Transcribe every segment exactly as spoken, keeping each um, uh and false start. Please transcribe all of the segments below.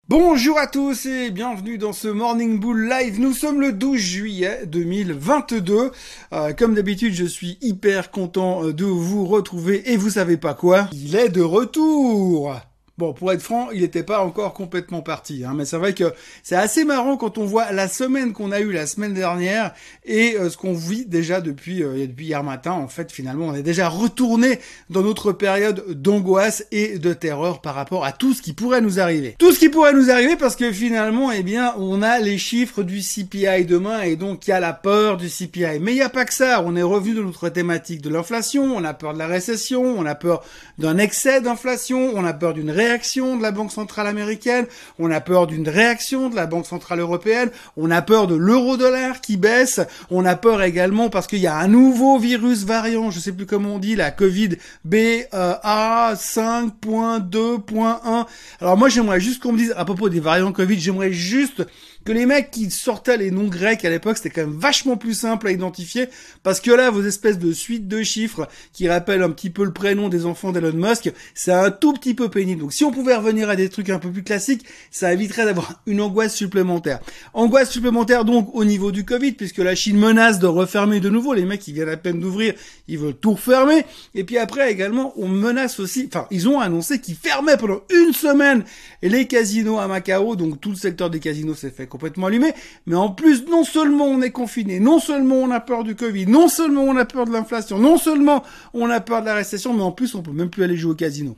Bonjour à tous et bienvenue dans ce Morning Bull Live. Nous sommes le douze juillet deux mille vingt-deux. Euh, comme d'habitude, je suis hyper content de vous retrouver et vous savez pas quoi, il est de retour. Bon, pour être franc, il n'était pas encore complètement parti, hein, mais c'est vrai que c'est assez marrant quand on voit la semaine qu'on a eue la semaine dernière et euh, ce qu'on vit déjà depuis, euh, depuis hier matin. En fait, finalement, on est déjà retourné dans notre période d'angoisse et de terreur par rapport à tout ce qui pourrait nous arriver. Tout ce qui pourrait nous arriver parce que finalement, eh bien, on a les chiffres du C P I demain et donc il y a la peur du C P I. Mais il n'y a pas que ça. On est revenu de notre thématique de l'inflation, on a peur de la récession, on a peur d'un excès d'inflation, on a peur d'une réaction réaction de la Banque centrale américaine, on a peur d'une réaction de la Banque centrale européenne, on a peur de l'euro-dollar qui baisse, on a peur également parce qu'il y a un nouveau virus variant, je sais plus comment on dit, la Covid B A cinq point deux point un. Alors moi j'aimerais juste qu'on me dise à propos des variants Covid, j'aimerais juste que les mecs qui sortaient les noms grecs à l'époque, c'était quand même vachement plus simple à identifier, parce que là, vos espèces de suites de chiffres qui rappellent un petit peu le prénom des enfants d'Elon Musk, c'est un tout petit peu pénible. Donc si on pouvait revenir à des trucs un peu plus classiques, ça éviterait d'avoir une angoisse supplémentaire. Angoisse supplémentaire donc au niveau du Covid, puisque la Chine menace de refermer de nouveau. Les mecs qui viennent à peine d'ouvrir, ils veulent tout refermer. Et puis après également, on menace aussi, enfin, ils ont annoncé qu'ils fermaient pendant une semaine les casinos à Macao, donc tout le secteur des casinos s'est fait complètement allumé, mais en plus, non seulement on est confiné, non seulement on a peur du Covid, non seulement on a peur de l'inflation, non seulement on a peur de la récession, mais en plus on peut même plus aller jouer au casino.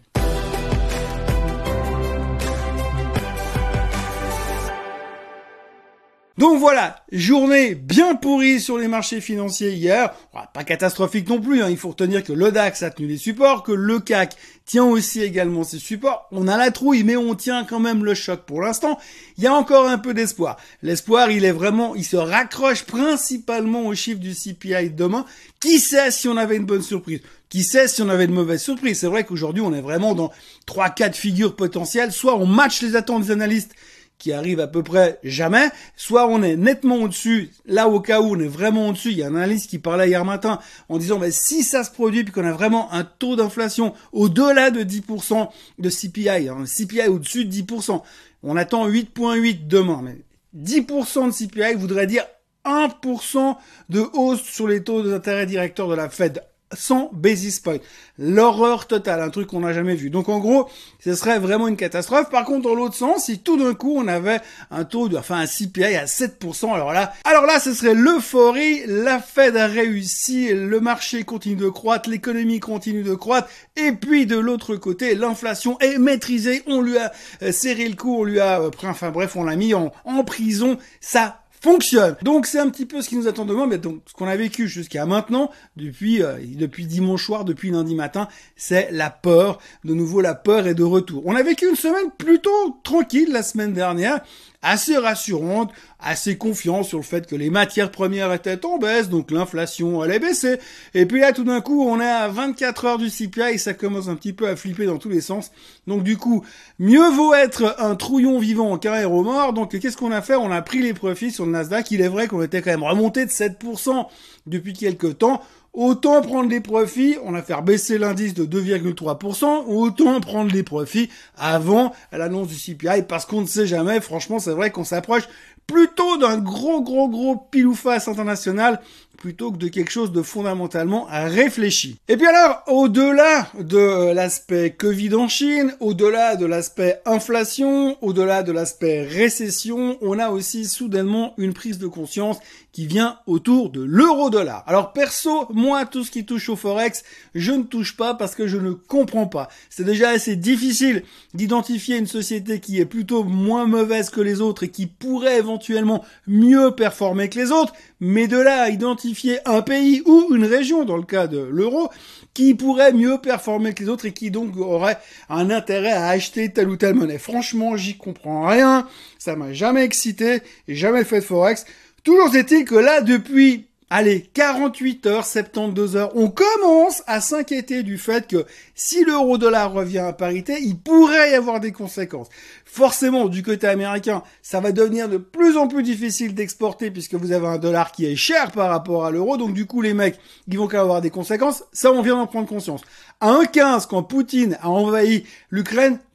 Donc voilà, journée bien pourrie sur les marchés financiers hier. Pas catastrophique non plus, hein. Il faut retenir que le DAX a tenu les supports, que le C A C tient aussi également ses supports. On a la trouille, mais on tient quand même le choc pour l'instant. Il y a encore un peu d'espoir. L'espoir, il est vraiment, il se raccroche principalement aux chiffres du C P I demain. Qui sait si on avait une bonne surprise? Qui sait si on avait une mauvaise surprise? C'est vrai qu'aujourd'hui, on est vraiment dans trois, quatre figures potentielles. Soit on match les attentes des analystes, qui arrive à peu près jamais, soit on est nettement au-dessus, là au cas où on est vraiment au-dessus, il y a un analyste qui parlait hier matin en disant bah, si ça se produit puis qu'on a vraiment un taux d'inflation au-delà de dix pour cent de C P I, un C P I au-dessus de dix pour cent, on attend huit virgule huit demain, mais dix pour cent de C P I voudrait dire un pour cent de hausse sur les taux d'intérêt directeurs de la Fed. cent basis points. L'horreur totale, un truc qu'on n'a jamais vu. Donc en gros, ce serait vraiment une catastrophe. Par contre, dans l'autre sens, si tout d'un coup on avait un taux de, enfin un C P I à sept pour cent, alors là, alors là, ce serait l'euphorie. La Fed a réussi, le marché continue de croître, l'économie continue de croître, et puis de l'autre côté, l'inflation est maîtrisée. On lui a euh, serré le cou, on lui a, euh, enfin bref, on l'a mis en, en prison. Ça fonctionne. Donc c'est un petit peu ce qui nous attend demain, mais donc ce qu'on a vécu jusqu'à maintenant, depuis euh, depuis dimanche soir, depuis lundi matin, c'est la peur. De nouveau, la peur est de retour. On a vécu une semaine plutôt tranquille la semaine dernière, assez rassurante, assez confiant sur le fait que les matières premières étaient en baisse, donc l'inflation allait baisser. Et puis là, tout d'un coup, on est à vingt-quatre heures du C P I et ça commence un petit peu à flipper dans tous les sens. Donc du coup, mieux vaut être un trouillon vivant qu'un héros mort. Donc qu'est-ce qu'on a fait? On a pris les profits sur le Nasdaq. Il est vrai qu'on était quand même remonté de sept pour cent depuis quelques temps. Autant prendre les profits, on a fait baisser l'indice de deux virgule trois pour cent, autant prendre les profits avant l'annonce du C P I, parce qu'on ne sait jamais, franchement, c'est vrai qu'on s'approche plutôt d'un gros, gros, gros pile ou face international, plutôt que de quelque chose de fondamentalement réfléchi. Et puis alors, au-delà de l'aspect Covid en Chine, au-delà de l'aspect inflation, au-delà de l'aspect récession, on a aussi soudainement une prise de conscience qui vient autour de l'euro-dollar. Alors perso, moi, tout ce qui touche au Forex, je ne touche pas parce que je ne comprends pas. C'est déjà assez difficile d'identifier une société qui est plutôt moins mauvaise que les autres et qui pourrait éventuellement mieux performer que les autres, mais de là à identifier un pays ou une région, dans le cas de l'euro, qui pourrait mieux performer que les autres et qui donc aurait un intérêt à acheter telle ou telle monnaie. Franchement, j'y comprends rien, ça m'a jamais excité et jamais fait de Forex. Toujours est-il que là, depuis, allez, quarante-huit heures, soixante-douze heures, on commence à s'inquiéter du fait que si l'euro-dollar revient à parité, il pourrait y avoir des conséquences. Forcément, du côté américain, ça va devenir de plus en plus difficile d'exporter puisque vous avez un dollar qui est cher par rapport à l'euro. Donc du coup, les mecs, ils vont quand même avoir des conséquences. Ça, on vient d'en prendre conscience. À un virgule quinze, quand Poutine a envahi l'Ukraine,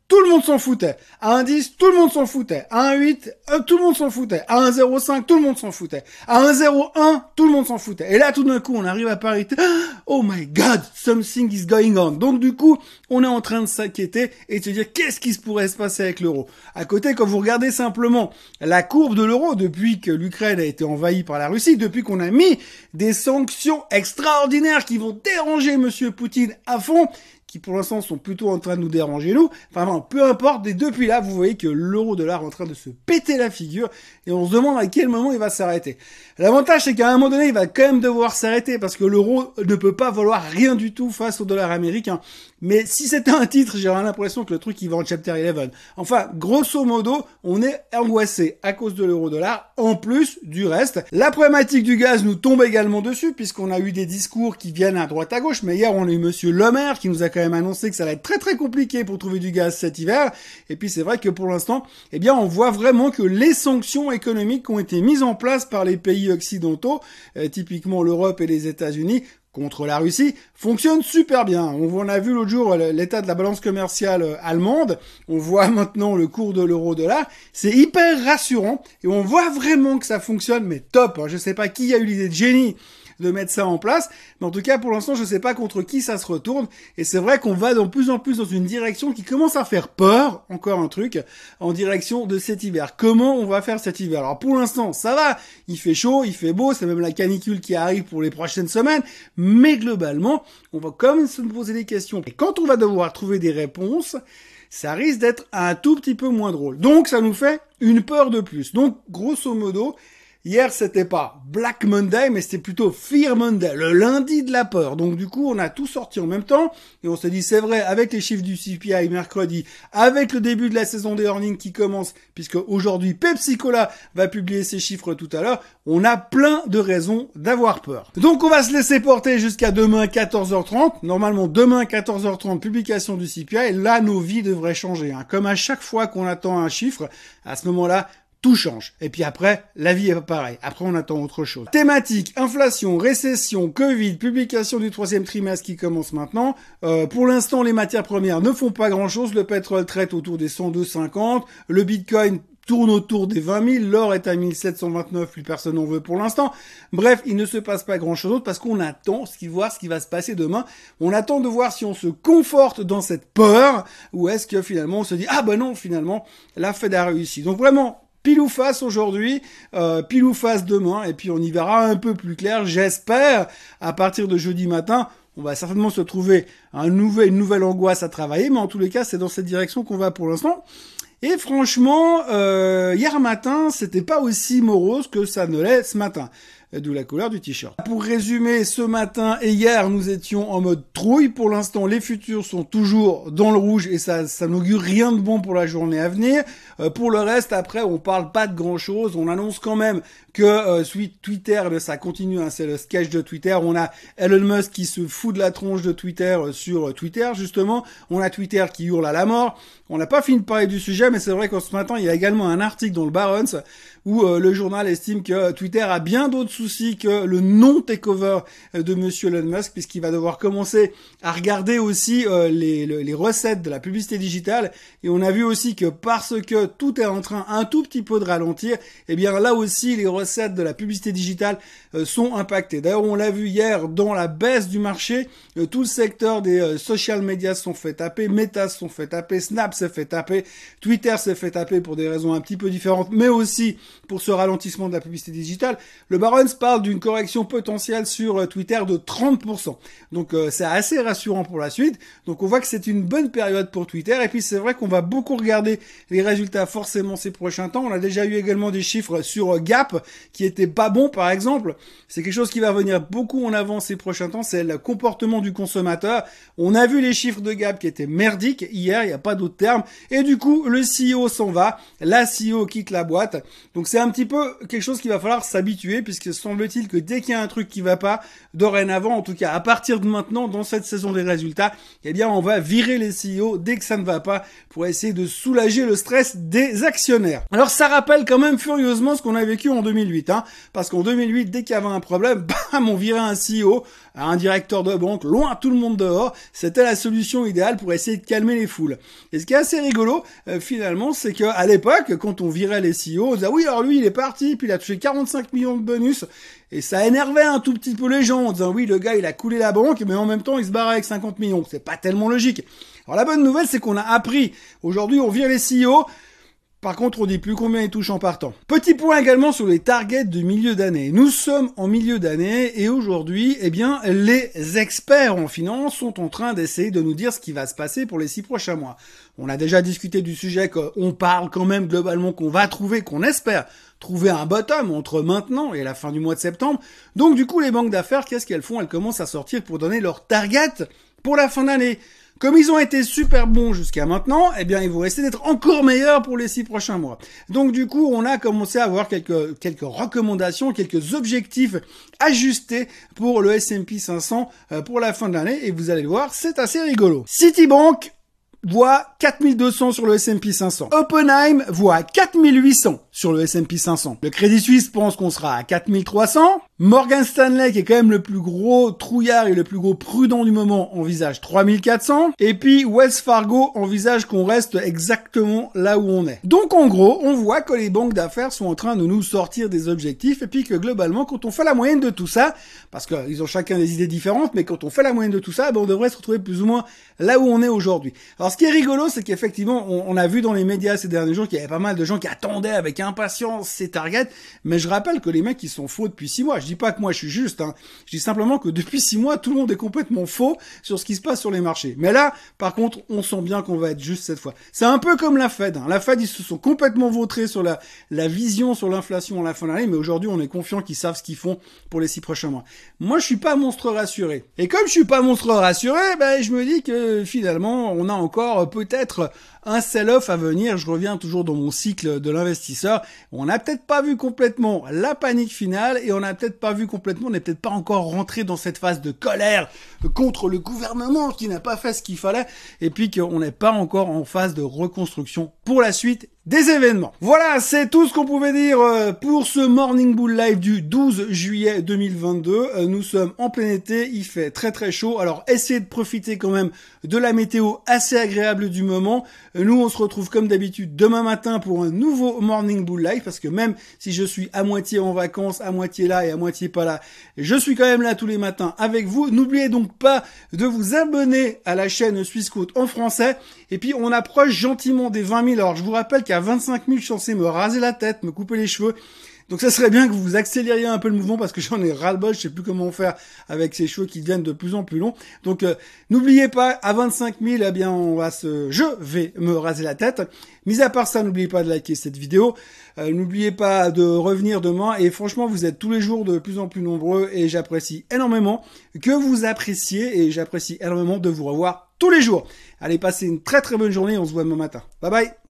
tout le monde s'en foutait. À un dix, tout le monde s'en foutait. À un huit, euh, tout le monde s'en foutait. À un zéro cinq, tout le monde s'en foutait. À un zéro un, tout le monde s'en foutait. Et là, tout d'un coup, on arrive à parité. Oh my God, something is going on. Donc du coup, on est en train de s'inquiéter et de se dire qu'est-ce qui se pourrait se passer avec l'euro. À côté, quand vous regardez simplement la courbe de l'euro depuis que l'Ukraine a été envahie par la Russie, depuis qu'on a mis des sanctions extraordinaires qui vont déranger Monsieur Poutine à fond, qui pour l'instant sont plutôt en train de nous déranger nous. Enfin bon, peu importe, et depuis là, vous voyez que l'euro-dollar est en train de se péter la figure, et on se demande à quel moment il va s'arrêter. L'avantage, c'est qu'à un moment donné, il va quand même devoir s'arrêter, parce que l'euro ne peut pas valoir rien du tout face au dollar américain. Mais si c'était un titre, j'aurais l'impression que le truc, il va en chapter onze. Enfin, grosso modo, on est angoissé à cause de l'euro-dollar, en plus du reste. La problématique du gaz nous tombe également dessus, puisqu'on a eu des discours qui viennent à droite à gauche, mais hier, on a eu Monsieur Le Maire, qui nous a quand même annoncé que ça allait être très très compliqué pour trouver du gaz cet hiver. Et puis c'est vrai que pour l'instant, eh bien, on voit vraiment que les sanctions économiques qui ont été mises en place par les pays occidentaux, euh, typiquement l'Europe et les États-Unis, contre la Russie, fonctionne super bien. On a vu l'autre jour l'état de la balance commerciale allemande, on voit maintenant le cours de l'euro-dollar, c'est hyper rassurant, et on voit vraiment que ça fonctionne, mais top. Je sais pas qui a eu l'idée de génie de mettre ça en place, mais en tout cas pour l'instant je sais pas contre qui ça se retourne, et c'est vrai qu'on va de plus en plus dans une direction qui commence à faire peur, encore un truc, en direction de cet hiver. Comment on va faire cet hiver? Alors pour l'instant ça va, il fait chaud, il fait beau, c'est même la canicule qui arrive pour les prochaines semaines, mais globalement on va quand même se poser des questions, et quand on va devoir trouver des réponses, ça risque d'être un tout petit peu moins drôle. Donc ça nous fait une peur de plus. Donc grosso modo, hier, c'était pas Black Monday, mais c'était plutôt Fear Monday, le lundi de la peur. Donc du coup, on a tout sorti en même temps, et on s'est dit, c'est vrai, avec les chiffres du C P I mercredi, avec le début de la saison des earnings qui commence, puisque aujourd'hui, Pepsi Cola va publier ses chiffres tout à l'heure, on a plein de raisons d'avoir peur. Donc on va se laisser porter jusqu'à demain quatorze heures trente. Normalement, demain quatorze heures trente, publication du C P I, et là, nos vies devraient changer. Hein. Comme à chaque fois qu'on attend un chiffre, à ce moment-là, tout change. Et puis après, la vie est pas pareille. Après, on attend autre chose. Thématique, inflation, récession, Covid, publication du troisième trimestre qui commence maintenant. Euh, pour l'instant, les matières premières ne font pas grand-chose. Le pétrole traite autour des cent deux cinquante. Le Bitcoin tourne autour des vingt mille. L'or est à mille sept cent vingt-neuf. Plus personne n'en veut pour l'instant. Bref, il ne se passe pas grand-chose d'autre parce qu'on attend ce qui, voir ce qui va se passer demain. On attend de voir si on se conforte dans cette peur ou est-ce que finalement on se dit « Ah ben non, finalement, la Fed a réussi ». Donc vraiment, pile ou face aujourd'hui, euh, pile ou face demain, et puis on y verra un peu plus clair, j'espère, à partir de jeudi matin. On va certainement se trouver un nouvel, une nouvelle angoisse à travailler, mais en tous les cas, c'est dans cette direction qu'on va pour l'instant. Et franchement, euh, hier matin, c'était pas aussi morose que ça ne l'est ce matin. D'où la couleur du t-shirt. Pour résumer, ce matin et hier, nous étions en mode trouille. Pour l'instant, les futurs sont toujours dans le rouge et ça, ça n'augure rien de bon pour la journée à venir. Euh, pour le reste, après, on parle pas de grand chose. On annonce quand même que euh, suite Twitter, eh bien, ça continue. Hein, c'est le sketch de Twitter. On a Elon Musk qui se fout de la tronche de Twitter euh, sur Twitter, justement. On a Twitter qui hurle à la mort. On n'a pas fini de parler du sujet, mais c'est vrai qu'en ce matin, il y a également un article dans le Barron's où euh, le journal estime que Twitter a bien d'autres soucis que le non-takeover de Monsieur Elon Musk, puisqu'il va devoir commencer à regarder aussi euh, les, les, les recettes de la publicité digitale. Et on a vu aussi que parce que tout est en train un tout petit peu de ralentir, eh bien là aussi, les recettes de la publicité digitale euh, sont impactées. D'ailleurs, on l'a vu hier dans la baisse du marché, euh, tout le secteur des euh, social media se sont fait taper, Meta se sont fait taper, Snap s'est fait taper, Twitter s'est fait taper pour des raisons un petit peu différentes, mais aussi pour ce ralentissement de la publicité digitale. Le Barron's parle d'une correction potentielle sur Twitter de trente pour cent. Donc euh, c'est assez rassurant pour la suite. Donc on voit que c'est une bonne période pour Twitter. Et puis c'est vrai qu'on va beaucoup regarder les résultats forcément ces prochains temps. On a déjà eu également des chiffres sur Gap qui étaient pas bons par exemple. C'est quelque chose qui va revenir beaucoup en avant ces prochains temps. C'est le comportement du consommateur. On a vu les chiffres de Gap qui étaient merdiques hier, il n'y a pas d'autre terme. Et du coup le C E O s'en va. La C E O quitte la boîte. Donc c'est un petit peu quelque chose qu'il va falloir s'habituer puisque semble-t-il que dès qu'il y a un truc qui va pas, dorénavant, en tout cas à partir de maintenant, dans cette saison des résultats, eh bien on va virer les C E O dès que ça ne va pas pour essayer de soulager le stress des actionnaires. Alors ça rappelle quand même furieusement ce qu'on a vécu en deux mille huit, hein, parce qu'en deux mille huit, dès qu'il y avait un problème, bam, on virait un C E O à un directeur de banque, loin tout le monde dehors. C'était la solution idéale pour essayer de calmer les foules. Et ce qui est assez rigolo, euh, finalement, c'est que à l'époque, quand on virait les C E O, on disait, oui, alors lui, il est parti, puis il a touché quarante-cinq millions de bonus. Et ça énervait un tout petit peu les gens en disant, oui, le gars, il a coulé la banque, mais en même temps, il se barre avec cinquante millions. C'est pas tellement logique. Alors la bonne nouvelle, c'est qu'on a appris. Aujourd'hui, on vire les C E O. Par contre, on dit plus combien ils touchent en partant. Petit point également sur les targets de milieu d'année. Nous sommes en milieu d'année et aujourd'hui, eh bien, les experts en finance sont en train d'essayer de nous dire ce qui va se passer pour les six prochains mois. On a déjà discuté du sujet qu'on parle quand même globalement qu'on va trouver, qu'on espère trouver un bottom entre maintenant et la fin du mois de septembre. Donc du coup, les banques d'affaires, qu'est-ce qu'elles font? Elles commencent à sortir pour donner leur target pour la fin d'année. Comme ils ont été super bons jusqu'à maintenant, eh bien, ils vont essayer d'être encore meilleurs pour les six prochains mois. Donc, du coup, on a commencé à avoir quelques, quelques recommandations, quelques objectifs ajustés pour le S and P cinq cents pour la fin de l'année. Et vous allez le voir, c'est assez rigolo. Citibank voit quatre mille deux cents sur le S and P cinq cents. Oppenheim voit quatre mille huit cents sur le S and P cinq cents. Le Crédit Suisse pense qu'on sera à quatre mille trois cents. Morgan Stanley, qui est quand même le plus gros trouillard et le plus gros prudent du moment, envisage trois mille quatre cents. Et puis Wells Fargo envisage qu'on reste exactement là où on est. Donc en gros, on voit que les banques d'affaires sont en train de nous sortir des objectifs et puis que globalement, quand on fait la moyenne de tout ça, parce qu'ils ont chacun des idées différentes, mais quand on fait la moyenne de tout ça, ben on devrait se retrouver plus ou moins là où on est aujourd'hui. Alors ce qui est rigolo, c'est qu'effectivement, on, on a vu dans les médias ces derniers jours qu'il y avait pas mal de gens qui attendaient avec impatience ces targets, mais je rappelle que les mecs, ils sont faux depuis six mois. Je dis pas que moi je suis juste, hein. Je dis simplement que depuis six mois, tout le monde est complètement faux sur ce qui se passe sur les marchés. Mais là, par contre, on sent bien qu'on va être juste cette fois. C'est un peu comme la Fed, hein. La Fed, ils se sont complètement vautrés sur la, la vision sur l'inflation à la fin de l'année, mais aujourd'hui, on est confiant qu'ils savent ce qu'ils font pour les six prochains mois. Moi, je suis pas monstre rassuré. Et comme je suis pas monstre rassuré, ben, je me dis que finalement, on a encore peut-être un sell-off à venir. Je reviens toujours dans mon cycle de l'investisseur. On n'a peut-être pas vu complètement la panique finale et on n'a peut-être pas vu complètement, on n'est peut-être pas encore rentré dans cette phase de colère contre le gouvernement qui n'a pas fait ce qu'il fallait et puis qu'on n'est pas encore en phase de reconstruction pour la suite des événements. Voilà, c'est tout ce qu'on pouvait dire pour ce Morning Bull Live du douze juillet deux mille vingt-deux. Nous sommes en plein été, il fait très très chaud, alors essayez de profiter quand même de la météo assez agréable du moment. Nous, on se retrouve comme d'habitude demain matin pour un nouveau Morning Bull Live, parce que même si je suis à moitié en vacances, à moitié là et à moitié pas là, je suis quand même là tous les matins avec vous. N'oubliez donc pas de vous abonner à la chaîne Swissquote en français, et puis on approche gentiment des vingt mille. Alors je vous rappelle qu'à vingt-cinq mille, je suis censé me raser la tête, me couper les cheveux. Donc ça serait bien que vous accélériez un peu le mouvement parce que j'en ai ras-le-bol, je sais plus comment faire avec ces cheveux qui deviennent de plus en plus longs. Donc euh, n'oubliez pas, à vingt-cinq mille, eh bien on va se, je vais me raser la tête. Mis à part ça, n'oubliez pas de liker cette vidéo. Euh, n'oubliez pas de revenir demain. Et franchement, vous êtes tous les jours de plus en plus nombreux et j'apprécie énormément que vous appréciez et j'apprécie énormément de vous revoir tous les jours. Allez, passez une très très bonne journée. On se voit demain matin. Bye bye.